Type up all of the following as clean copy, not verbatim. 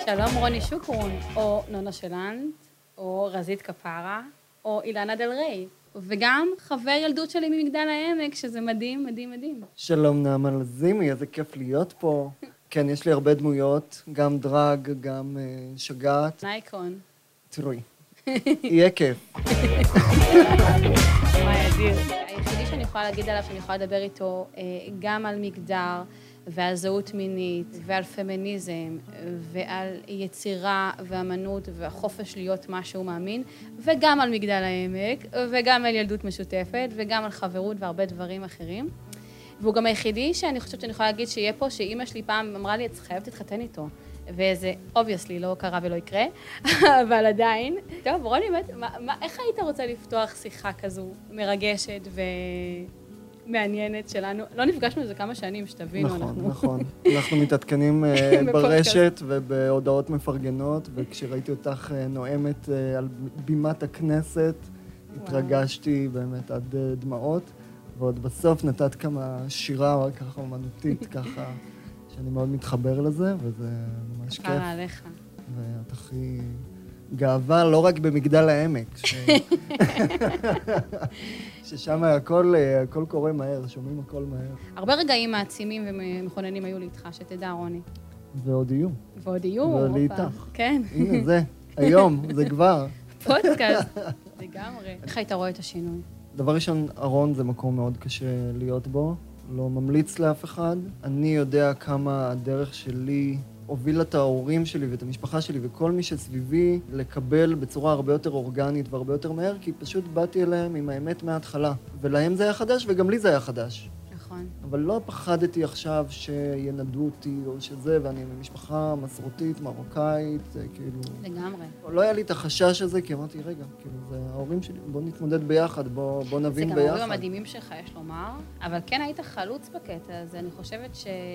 שלום רוני שוקרון, או נונה שלנט, או רזית כפרה, או אילנה דל ריי, וגם חבר ילדות שלי ממגדל העמק, שזה מדהים, מדהים, מדהים. שלום נעמה לזימי, איזה כיף להיות פה. כן, יש לי הרבה דמויות, גם דרג, גם שגעת. נייקון. תראי, יהיה כיף. וואי, אדיר. היחידי שאני יכולה להגיד עליו, שאני יכולה לדבר איתו גם על מגדר, ועל זהות מינית, ועל פמיניזם, ועל יצירה ואמנות, והחופש להיות מה שהוא מאמין, וגם על מגדל העמק, וגם על ילדות משותפת, וגם על חברות והרבה דברים אחרים. והוא גם היחידי שאני חושבת שאני יכולה להגיד שיהיה פה, שאמא שלי פעם אמרה לי, את חייבת להתחתן איתו. וזה, obviously, לא קרה ולא יקרה, אבל עדיין. טוב, רוני, איך היית רוצה לפתוח שיחה כזו מרגשת מעניינת שלנו? לא נפגשנו איזה כמה שנים, שתבינו, אנחנו... נכון. אנחנו מתעדכנים ברשת ובהודעות מפרגנות, וכשראיתי אותך נואמת על בימת הכנסת, התרגשתי באמת עד דמעות, ועוד בסוף נתת כמה שירה ככה אומנותית, ככה שאני מאוד מתחבר לזה, וזה ממש כיף. קרה עליך. ואת הכי גאווה, לא רק במגדל העמק, ששם הכל קורה מהר, שומעים הכל מהר. הרבה רגעים מעצימים ומכוננים היו לי איתך, שתדע, רוני. ועוד יהיו. ועוד יהיו. ועוד איתך. כן. הנה זה, היום, זה כבר. פודקאסט, לגמרי. איך היית רואה את השינוי? דבר ראשון, ארון זה מקום מאוד קשה להיות בו. לא ממליץ לאף אחד. אני יודע כמה הדרך שלי הובילה את ההורים שלי ואת המשפחה שלי וכל מי שסביבי לקבל בצורה הרבה יותר אורגנית והרבה יותר מהר, כי פשוט באתי אליהם עם האמת מההתחלה. ולהם זה היה חדש וגם לי זה היה חדש. נכון. אבל לא פחדתי עכשיו שינדו אותי או שזה, ואני ממשפחה מסורתית, מרוקאית, כאילו... לגמרי. לא היה לי את החשש הזה, כי אמרתי, רגע, כאילו, זה ההורים שלי, בוא נתמודד ביחד, בוא נבין ביחד. זה גם ההורים המדהימים שלך, יש לומר, אבל כן היית חלוץ בקטע הזה. אני חושבת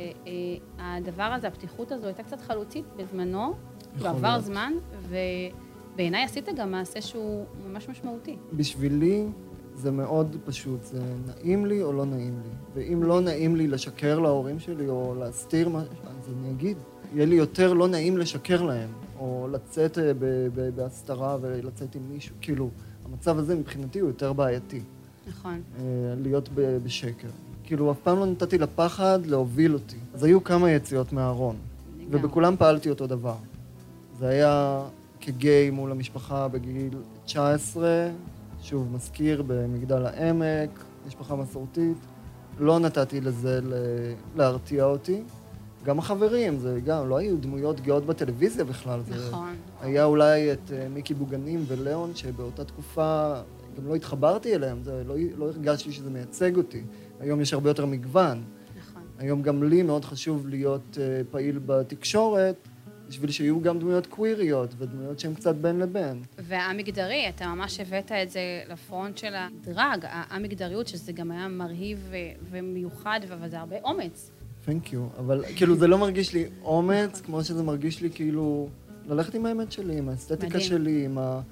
שהדבר הזה, הפתיחות הזו, הייתה קצת חלוצית בזמנו, בעבר זמן, ובעיניי עשית גם מעשה שהוא ממש משמעותי. בשבילי זה מאוד פשוט, זה נעים לי או לא נעים לי. ואם לא נעים לי לשקר להורים שלי או להסתיר מה, אז אני אגיד. יהיה לי יותר לא נעים לשקר להם, או לצאת בהסתרה ולצאת עם מישהו. כאילו, המצב הזה מבחינתי הוא יותר בעייתי. נכון. להיות בשקר. כאילו, אף פעם לא נתתי לפחד להוביל אותי. אז היו כמה יציאות מהארון, ובכולם פעלתי אותו דבר. זה היה כגיי מול המשפחה בגיל 19, שוב, מזכיר במגדל העמק, משפחה מסורתית. לא נתתי לזה להרתיע אותי. גם החברים, זה גם, לא היו דמויות גאות בטלוויזיה בכלל. נכון. זה היה אולי את מיקי בוגנים ולאון, שבאותה תקופה גם לא התחברתי אליהם, זה לא הרגשתי שזה מייצג אותי. היום יש הרבה יותר מגוון. נכון. היום גם לי מאוד חשוב להיות פעיל בתקשורת, בשביל שיהיו גם דמויות קוויריות ודמויות שהן קצת בין לבין. והמגדרי, אתה ממש הבאת את זה לפרונט של הדרג, המגדריות, שזה גם היה מרהיב ומיוחד, וזה הרבה אומץ. Thank you, אבל כאילו זה לא מרגיש לי אומץ, כמו שזה מרגיש לי כאילו ללכת עם האמת שלי, עם האסתטיקה שלי,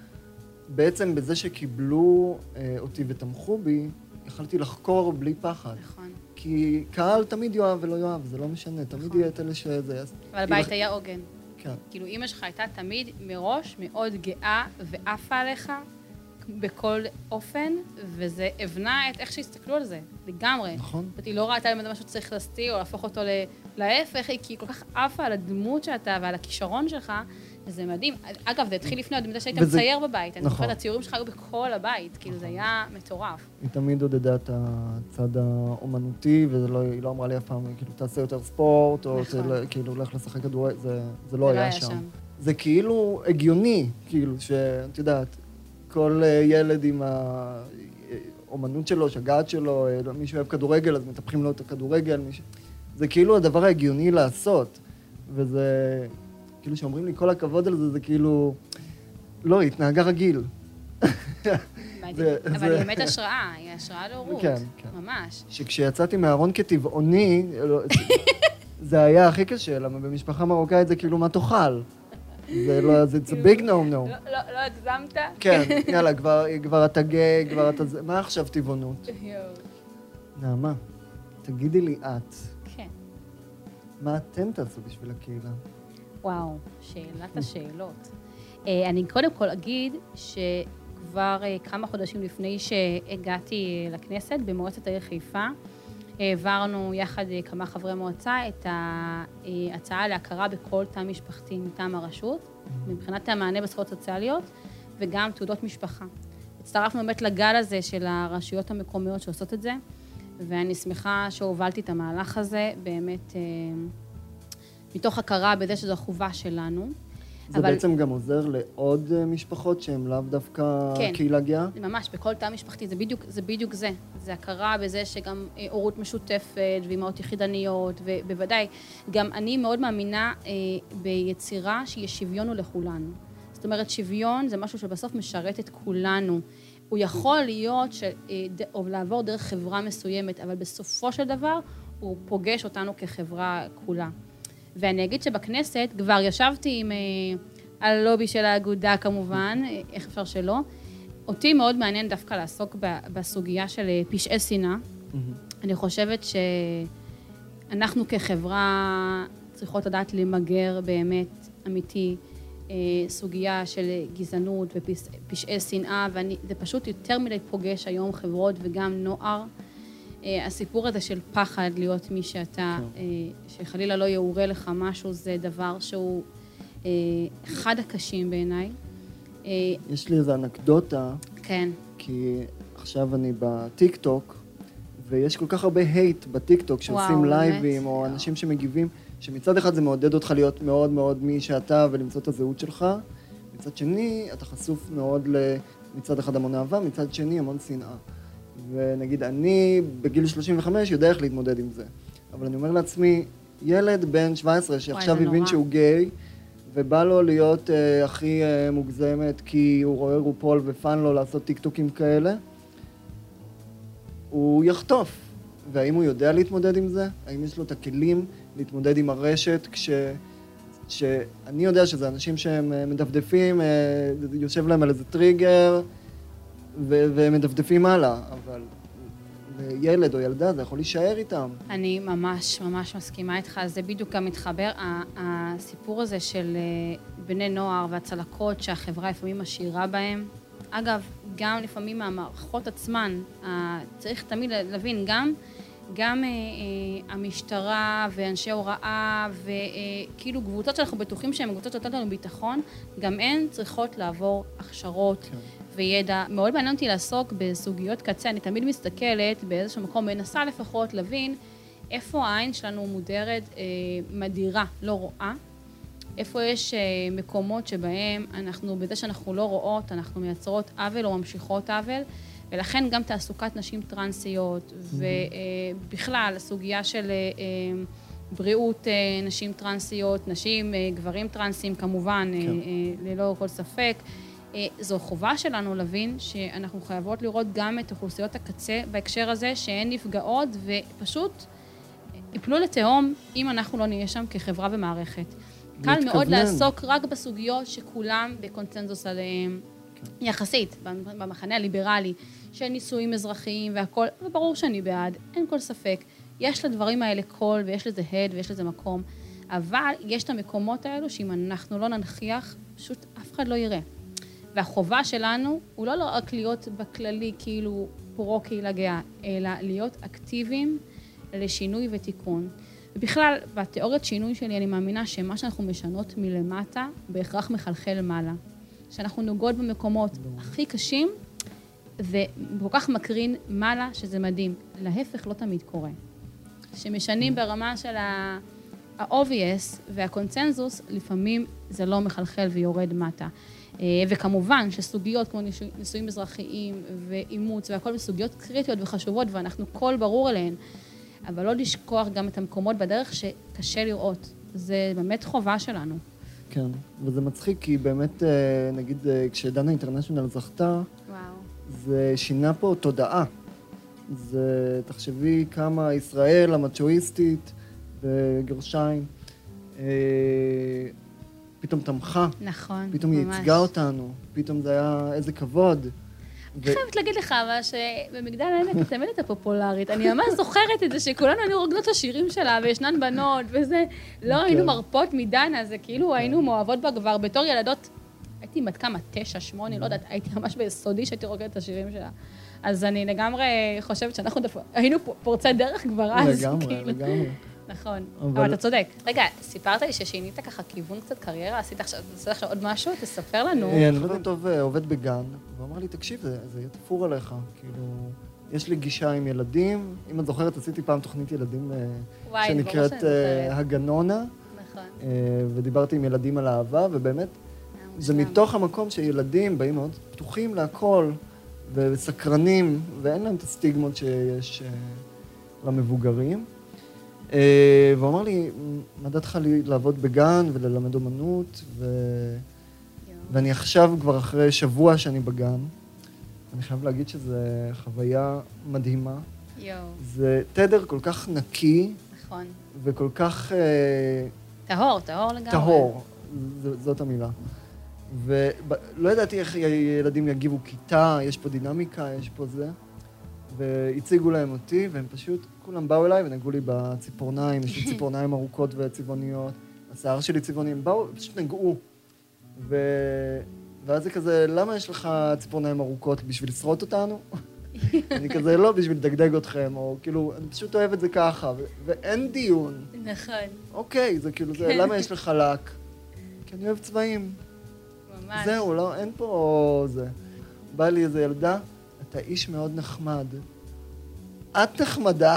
בעצם בזה שקיבלו אותי ותמכו בי, יכלתי לחקור בלי פחד. נכון. כי קהל תמיד יואב ולא יואב, זה לא משנה, תמיד יהיה את אלה שזה... אבל הבית היה עוגן. כן. כאילו אמא שלך הייתה תמיד מראש מאוד גאה ועפה עליך בכל אופן, וזה הבנה את איך שהסתכלו על זה, לגמרי. נכון. היא לא ראתה אם זה משהו שצריך להסתיר או להפוך אותו להפך, כי היא כל כך עפה על הדמות שאתה ועל הכישרון שלך, וזה מדהים. אגב, זה התחיל לפני עוד מדי שהיית מצייר בבית. אני זוכרת, הציורים שלך היו בכל הבית, כאילו זה היה מטורף. היא תמיד עודדה את הצד האומנותי, והיא לא אמרה לי אף פעם, כאילו, תעשה יותר ספורט, או כאילו, הולך לשחק כדורגל, זה לא היה שם. זה כאילו הגיוני, כאילו, שאת יודעת, כל ילד עם האומנות שלו, שגעת שלו, מישהו אוהב כדורגל, אז מטפחים לו את הכדורגל, זה כאילו הדבר ההגיוני לעשות, וזה... כאילו שאומרים לי כל הכבוד על זה, זה כאילו... לא, היא התנהגה רגיל. אבל היא באמת השראה, היא השראה להורות. כן, כן. ממש. שכשיצאתי מהארון כטבעוני, זה היה הכי קשה, למה במשפחה מרוקאית זה כאילו מה תאכל. זה לא, זה big no no. לא הגזמת? כן, יאללה, כבר אתה גיי, כבר אתה... מה עכשיו טבעונות? נעמה, תגידי לי את. כן. מה אתם תעשו בשביל הקהילה? וואו, שאלת השאלות. אני קודם כל אגיד שכבר כמה חודשים לפני שהגעתי לכנסת, במועצת העיר חיפה, העברנו יחד כמה חברי מועצה את ההצעה להכרה בכל תא משפחתי מטעם הרשות, מבחינת המענה בזכויות סוציאליות, וגם תעודות משפחה. הצטרפנו באמת לגל הזה של הרשויות המקומיות שעושות את זה, ואני שמחה שהובלתי את המהלך הזה, באמת מתוך הכרה בזה שזו החובה שלנו. זה בעצם גם עוזר לעוד משפחות שהן לאו דווקא קהילה גאה? כן, ממש, בכל תא משפחתי, זה בדיוק זה. זה הכרה בזה שגם הורות משותפת ואימהות יחידניות, ובוודאי, גם אני מאוד מאמינה ביצירה שיש שוויון לכולנו. זאת אומרת, שוויון זה משהו שבסוף משרת את כולנו. הוא יכול להיות או לעבור דרך חברה מסוימת, אבל בסופו של דבר הוא פוגש אותנו כחברה כולה. ואני אגיד שבכנסת כבר ישבתי עם הלובי של האגודה כמובן, איך אפשר שלא. אותי מאוד מעניין דווקא לעסוק בסוגיה של פשעי שנאה. אני חושבת שאנחנו כחברה צריכות לדעת למגר באמת אמיתי סוגיה של גזענות ופשעי שנאה, וזה פשוט יותר מדי פוגש היום חברות וגם נוער. הסיפור הזה של פחד להיות מי שאתה, שחלילה לא יעורה לך משהו, זה דבר שהוא אחד הקשים בעיניי. יש לי איזו אנקדוטה. כן. כי עכשיו אני בטיק-טוק, ויש כל כך הרבה הייט בטיק-טוק שעושים לייבים, או אנשים שמגיבים, שמצד אחד זה מעודד אותך להיות מאוד מאוד מי שאתה ולמצוא את הזהות שלך. מצד שני, אתה חשוף מאוד מצד אחד המון אהבה, מצד שני המון שנאה. ונגיד, אני בגיל 35 יודע איך להתמודד עם זה. אבל אני אומר לעצמי, ילד בן 17 שעכשיו הבין שהוא גיי, ובא לו להיות הכי מוגזמת כי הוא רואה רופול ופן לו לעשות טיק-טוקים כאלה, הוא יחטוף. והאם הוא יודע להתמודד עם זה? האם יש לו את הכלים להתמודד עם הרשת שאני יודע שזה אנשים שהם מדפדפים, יושב להם על איזה טריגר, והם מדפדפים הלאה, אבל ילד או ילדה, זה יכול להישאר איתם. אני ממש ממש מסכימה איתך, זה בדיוק גם מתחבר, הסיפור הזה של בני נוער והצלקות שהחברה לפעמים משאירה בהם. אגב, גם לפעמים מהמערכות עצמן, צריך תמיד להבין, גם המשטרה ואנשי הוראה וכאילו קבוצות שאנחנו בטוחים שהן קבוצות שנותנות לנו ביטחון, גם הן צריכות לעבור הכשרות וידע. מאוד מעניין אותי לעסוק בסוגיות קצה, אני תמיד מסתכלת באיזשהו מקום, מנסה לפחות להבין איפה העין שלנו מודרת, מדירה, לא רואה, איפה יש מקומות שבהם אנחנו, בזה שאנחנו לא רואות, אנחנו מייצרות עוול או ממשיכות עוול, ולכן גם תעסוקת נשים טרנסיות, ובכלל, הסוגיה של בריאות נשים טרנסיות, נשים, גברים טרנסים כמובן, ללא כל ספק. זו חובה שלנו להבין שאנחנו חייבות לראות גם את אוכלוסיות הקצה בהקשר הזה, שהן נפגעות ופשוט יפלו לתהום אם אנחנו לא נהיה שם כחברה ומערכת. קל מאוד לעסוק רק בסוגיות שכולם בקונצנזוס עליהם, יחסית, במחנה הליברלי, של נישואים אזרחיים והכל, וברור שאני בעד, אין כל ספק. יש לדברים האלה קול ויש לזה הד ויש לזה מקום, אבל יש את המקומות האלו שאם אנחנו לא ננכיח, פשוט אף אחד לא יראה. והחובה שלנו הוא לא רק להיות בכללי כאילו פרו קהילה גאה, אלא להיות אקטיביים לשינוי ותיקון. ובכלל, בתיאוריית שינוי שלי אני מאמינה שמה שאנחנו משנות מלמטה, בהכרח מחלחל מעלה. שאנחנו נוגעות במקומות הכי קשים, וכל כך מקרין מעלה שזה מדהים. להפך לא תמיד קורה. שמשנים ברמה של ה-obvious והקונצנזוס, לפעמים זה לא מחלחל ויורד מטה. וכמובן שסוגיות כמו נישואים אזרחיים ואימוץ והכל סוגיות קריטיות וחשובות, ואנחנו כל ברור עליהן, אבל לא לשכוח גם את המקומות בדרך שקשה לראות. זה באמת חובה שלנו. כן, וזה מצחיק כי באמת, נגיד, כשדנה אינטרנשיונל זכתה, זה שינה פה תודעה. זה, תחשבי כמה ישראל המצ'ואיסטית בגרשיים, פתאום תמכה. נכון, פתאום היא ייצגה אותנו, פתאום זה היה איזה כבוד. אני חייבת להגיד לך, אבל שבמגדל העמק תמיד הייתה פופולרית. אני ממש זוכרת את זה שכולנו היינו רוקדות השירים שלה, וישנן בנות, וזה, לא היינו מרפות מדנה, זה כאילו היינו מאוהבות בה כבר בתור ילדות. הייתי בת כמה, 9, 8, לא יודעת, הייתי ממש ביסודי שהייתי רוקדת את השירים שלה. אז אני לגמרי חושבת שאנחנו היינו פורצי דרך כבר אז. לגמרי. נכון, אבל אתה צודק. רגע, סיפרת לי ששינית ככה כיוון קצת קריירה, עשית עכשיו עוד משהו? תספר לנו. אני לא יודע טוב, עובד בגן, והוא אמר לי, תקשיב, זה תפור עליך, כאילו, יש לי גישה עם ילדים, אם את זוכרת, עשיתי פעם תוכנית ילדים שנקראת הגנונה, ודיברתי עם ילדים על אהבה, ובאמת, זה מתוך המקום שילדים באים מאוד פתוחים להכל, וסקרנים, ואין להם את הסטיגמות שיש למבוגרים. והוא אמר לי, מדעתך לי לעבוד בגן וללמד אומנות, ואני עכשיו כבר אחרי שבוע שאני בגן, אני חייב להגיד שזו חוויה מדהימה. זה תדר כל כך נקי, נכון. וכל כך... טהור לגמרי. טהור, זאת המילה. ולא ידעתי איך ילדים יגיבו כיתה, יש פה דינמיקה, יש פה זה. והציגו להם אותי, והם פשוט, כולם באו אליי ונגעו לי בציפורניים, יש לי ציפורניים ארוכות וצבעוניות, השיער שלי צבעוני, הם באו, פשוט נגעו. ואז זה כזה, למה יש לך ציפורניים ארוכות? בשביל לשרוט אותנו? אני כזה, לא, בשביל לדגדג אתכם, או כאילו, אני פשוט אוהב את זה ככה, ואין דיון. נכון. אוקיי, זה כאילו, זה, למה יש לך לק? כי אני אוהב צבעים. ממש. זהו, לא, אין פה זה. בא לי איזו ילדה, אתה איש מאוד נחמד. את נחמדה.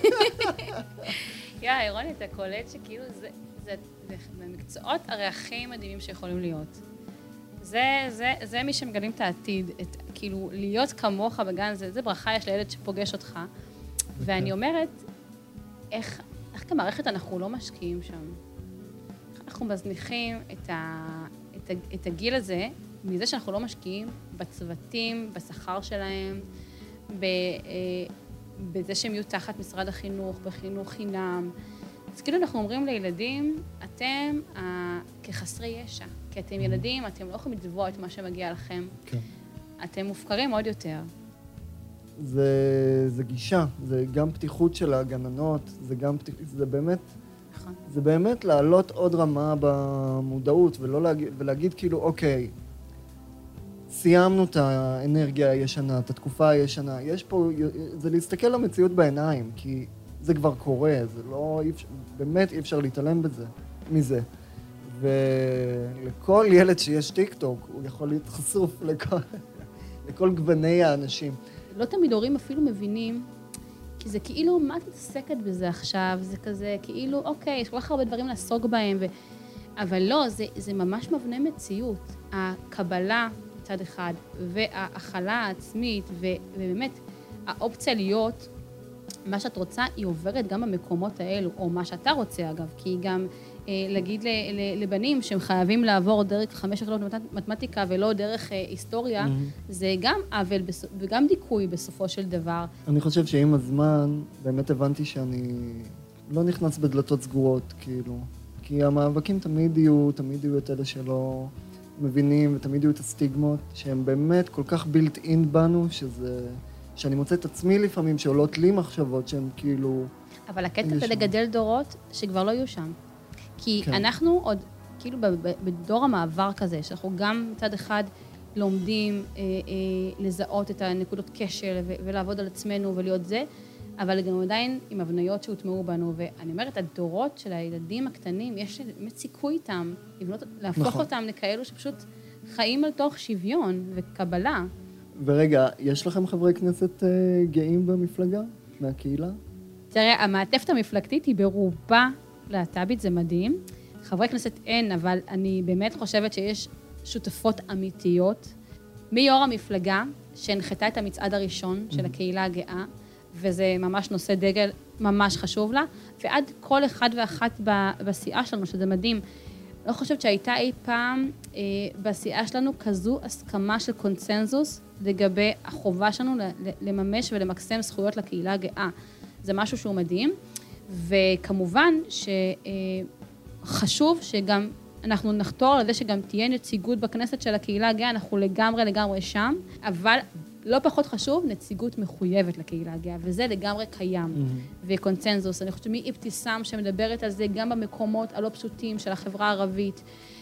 אירוני, אתה קולט שכאילו זה במקצועות הרי הכי מדהימים שיכולים להיות. זה מי שמגלים את העתיד, כאילו להיות כמוך בגן, זה ברכה יש לילד שפוגש אותך. ואני אומרת, איך כמערכת אנחנו לא משקיעים שם? אנחנו מזניחים את הגיל הזה, מזה שאנחנו לא משקיעים בצוותים, בשכר שלהם, בזה שהם יהיו תחת משרד החינוך, בחינוך חינם. אז כאילו אנחנו אומרים לילדים, אתם כחסרי ישע, כי אתם ילדים, אתם לא יכולים לתבוע את מה שמגיע לכם. כן. אתם מופקרים עוד יותר. זה גישה, זה גם פתיחות של הגננות, זה באמת... נכון. זה באמת לעלות עוד רמה במודעות, ולהגיד כאילו, אוקיי, סיימנו את האנרגיה הישנה, את התקופה הישנה, יש פה, זה להסתכל למציאות בעיניים, כי זה כבר קורה, זה לא, באמת אי אפשר להתעלם מזה. ולכל ילד שיש טיק-טוק, הוא יכול להיות חשוף לכל גווני האנשים. לא תמיד הורים אפילו מבינים, כי זה כאילו, מה את מתעסקת בזה עכשיו? זה כזה, כאילו, אוקיי, יש כל כך הרבה דברים לעסוק בהם, אבל לא, זה ממש מבנה מציאות. הקבלה, צד אחד, וההכלה העצמית, ובאמת, האופציה להיות, מה שאת רוצה, היא עוברת גם במקומות האלו, או מה שאתה רוצה, אגב, כי היא גם, להגיד לבנים שהם חייבים לעבור דרך 5 יחידות מתמטיקה ולא דרך היסטוריה, זה גם עוול וגם דיכוי בסופו של דבר. אני חושב שעם הזמן באמת הבנתי שאני לא נכנס בדלתות סגורות, כאילו, כי המאבקים תמיד יהיו את אלה שלא מבינים, ותמיד יהיו את הסטיגמות, שהם באמת כל כך built in בנו, שאני מוצא את עצמי לפעמים שעולות לי מחשבות שהן כאילו... אבל הקטע זה לגדל דורות שכבר לא יהיו שם. כי כן. אנחנו עוד, כאילו בדור המעבר כזה, שאנחנו גם מצד אחד לומדים לזהות את הנקודות כשל ולעבוד על עצמנו ולהיות זה, אבל גם עדיין עם הבניות שהוטמעו בנו. ואני אומרת, הדורות של הילדים הקטנים, יש באמת סיכוי איתם, להפוך נכון. אותם לכאלו שפשוט חיים על תוך שוויון וקבלה. ורגע, יש לכם חברי כנסת גאים במפלגה, מהקהילה? תראה, המעטפת המפלגתית היא ברובה להט"בית, זה מדהים. חברי כנסת אין, אבל אני באמת חושבת שיש שותפות אמיתיות. מיו"ר המפלגה, שהנחתה את המצעד הראשון של הקהילה הגאה, וזה ממש נושא דגל ממש חשוב לה, ועד כל אחד ואחת בסיעה שלנו, שזה מדהים. לא חושבת שהייתה אי פעם בסיעה שלנו כזו הסכמה של קונצנזוס לגבי החובה שלנו לממש ולמקסם זכויות לקהילה הגאה. זה משהו שהוא מדהים, וכמובן שחשוב שגם אנחנו נחתור על זה שגם תהיה נציגות בכנסת של הקהילה הגאה, אנחנו לגמרי שם, אבל לא פחות חשוב, נציגות מחויבת לקהילה הגאה, וזה לגמרי קיים, וקונצנזוס. אני חושבת מאבתיסאם שמדברת על זה גם במקומות הלא פשוטים של החברה הערבית,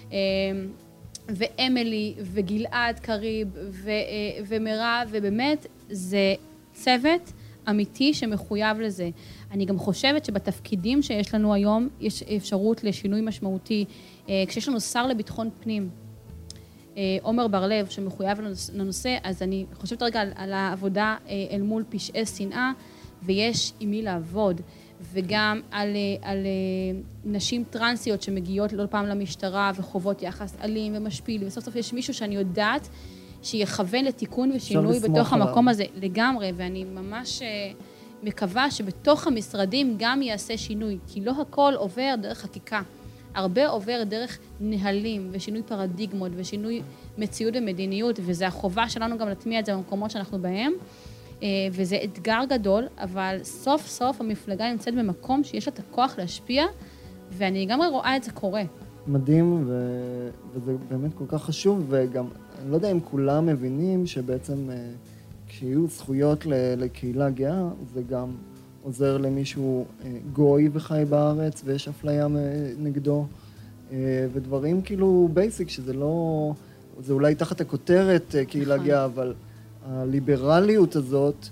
ואמילי, וגלעד קריב, ומירב, ובאמת זה צוות אמיתי שמחויב לזה. אני גם חושבת שבתפקידים שיש לנו היום, יש אפשרות לשינוי משמעותי. כשיש לנו שר לביטחון פנים, עומר בר-לב, שמחויב לנושא, אז אני חושבת רגע על העבודה אל מול פשעי שנאה, ויש עם מי לעבוד, וגם על נשים טרנסיות שמגיעות לא פעם למשטרה, וחוות יחס אלים ומשפיל, וסוף סוף יש מישהו שאני יודעת שיכוון לתיקון ושינוי בתוך המקום הזה לגמרי, ואני ממש מקווה שבתוך המשרדים גם יעשה שינוי, כי לא הכל עובר דרך חקיקה. הרבה עובר דרך נהלים ושינוי פרדיגמות ושינוי מציאות ומדיניות, וזה החובה שלנו גם להטמיע את זה במקומות שאנחנו בהם, וזה אתגר גדול, אבל סוף סוף המפלגה נמצאת במקום שיש לה את הכוח להשפיע, ואני גם רואה את זה קורה. מדהים, וזה באמת כל כך חשוב, וגם, אני לא יודע אם כולם מבינים שבעצם כשיהיו זכויות לקהילה גאה, זה גם עוזר למישהו גוי וחי בארץ, ויש אפליה נגדו, ודברים כאילו בייסיק, שזה לא, זה אולי תחת הכותרת קהילה גאה, אבל הליברליות הזאת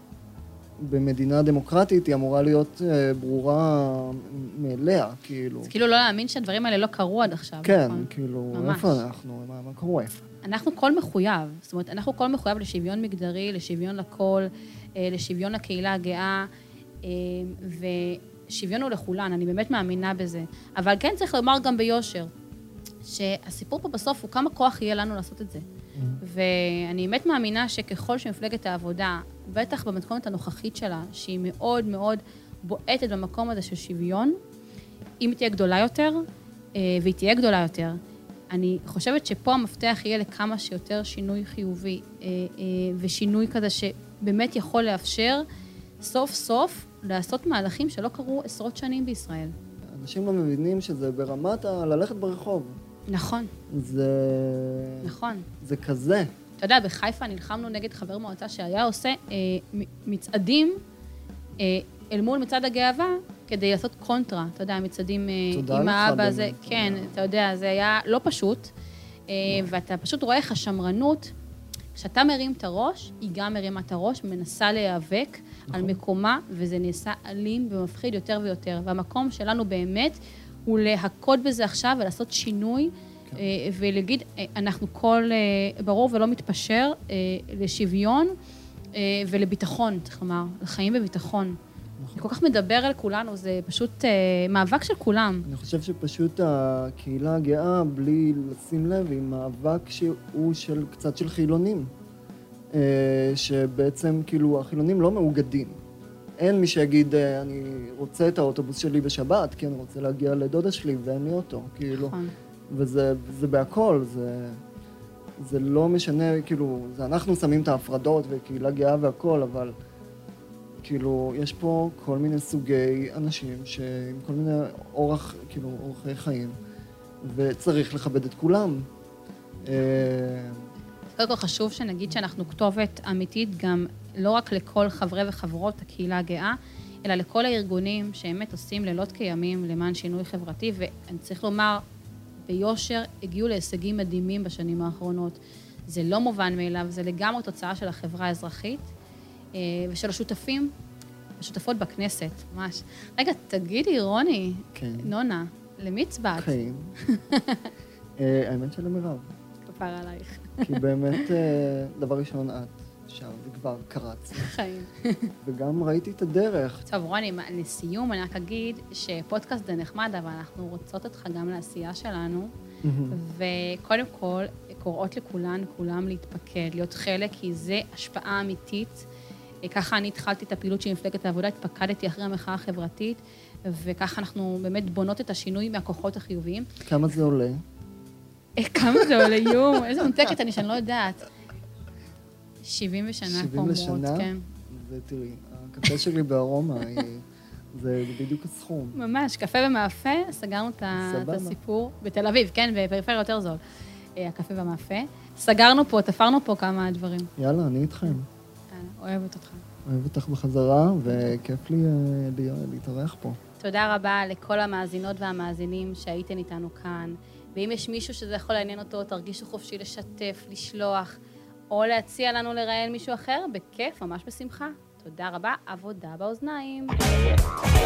במדינה דמוקרטית היא אמורה להיות ברורה מאליה, כאילו. זה כאילו לא להאמין שהדברים האלה לא קרו עד עכשיו. כן, כאילו, איפה אנחנו, מה קורה? אנחנו כל מחויב, זאת אומרת, אנחנו כל מחויב לשוויון מגדרי, לשוויון לכל, לשוויון לקהילה הגאה, ושוויון הוא לכולן, אני באמת מאמינה בזה. אבל כן צריך לומר גם ביושר, שהסיפור פה בסוף הוא כמה כוח יהיה לנו לעשות את זה. ואני באמת מאמינה שככל שמפלגת העבודה, בטח במתכונת הנוכחית שלה, שהיא מאוד מאוד בועטת במקום הזה של שוויון, אם היא תהיה גדולה יותר, והיא תהיה גדולה יותר, אני חושבת שפה המפתח יהיה לכמה שיותר שינוי חיובי, ושינוי כזה שבאמת יכול לאפשר סוף סוף לעשות מהלכים שלא קרו עשרות שנים בישראל. אנשים לא מבינים שזה ברמת ללכת ברחוב. נכון. נכון. זה כזה. אתה יודע, בחיפה נלחמנו נגד חבר מועצה שהיה עושה מצעדים אל מול מצעד הגאווה, כדי לעשות קונטרה. אתה יודע, מצעדים עם האבא הזה. כן, אתה יודע, זה היה לא פשוט, ואתה פשוט רואה איך השמרנות, כשאתה מרים את הראש, היא גם מרימה את הראש, מנסה להיאבק על מקומה, וזה נעשה אלים ומפחיד יותר ויותר. והמקום שלנו באמת הוא להקוד בזה עכשיו ולעשות שינוי, ולהגיד, אנחנו כל ברור ולא מתפשר לשוויון ולביטחון, צריך לומר, לחיים בביטחון. זה כל כך מדבר על כולנו, זה פשוט מאבק של כולם. אני חושב שפשוט הקהילה הגאה, בלי לשים לב, היא מאבק שהוא קצת של חילונים. שבעצם, כאילו, החילונים לא מאוגדים. אין מי שיגיד, אני רוצה את האוטובוס שלי בשבת, כי אני רוצה להגיע לדודה שלי ואין לי אותו, כאילו. וזה בהכל, זה לא משנה, כאילו, זה אנחנו שמים את ההפרדות וקהילה גאה והכל, אבל כאילו, יש פה כל מיני סוגי אנשים שעם כל מיני אורחי חיים, וצריך לכבד את כולם. קודם כל חשוב שנגיד שאנחנו כתובת אמיתית גם לא רק לכל חברי וחברות הקהילה הגאה, אלא לכל הארגונים שבאמת עושים לילות כימים למען שינוי חברתי, ואני צריך לומר, ביושר הגיעו להישגים מדהימים בשנים האחרונות. זה לא מובן מאליו, זה לגמרי תוצאה של החברה האזרחית, ושל השותפים, השותפות בכנסת, ממש. רגע, תגידי, רוני, כן. נונה, למי הצבעת? חיים. האמת של מירב. כפר עלייך. כי באמת, דבר ראשון, את שם, זה כבר קרץ. חיים. וגם ראיתי את הדרך. טוב, רוני, לסיום אני רק אגיד שפודקאסט זה נחמד, אבל אנחנו רוצות אותך גם לעשייה שלנו, וקודם כל, קוראות כולם להתפקד, להיות חלק, כי זה השפעה אמיתית. ככה אני התחלתי את הפעילות של מפלגת העבודה, התפקדתי אחרי המחאה החברתית, וככה אנחנו באמת בונות את השינוי מהכוחות החיוביים. כמה זה עולה? כמה זה עולה, יום, איזה מונתקת אני שאני לא יודעת. 70 בשנה, 70 בשנה? כן. ותראי, הקפה שלי בארומה, זה בדיוק הסכום. ממש, קפה ומאפה, סגרנו את הסיפור. בתל אביב, כן, בפריפריה יותר זול. הקפה והמאפה. סגרנו פה, תפרנו פה כמה דברים. יאללה, אני איתכם. אוהבת אותך. אוהב אותך בחזרה, וכיף לי להתארח פה. תודה רבה לכל המאזינות והמאזינים שהייתן איתנו כאן. ואם יש מישהו שזה יכול לעניין אותו, תרגישו חופשי לשתף, לשלוח, או להציע לנו לראיין מישהו אחר, בכיף, ממש בשמחה. תודה רבה, עבודה באוזניים.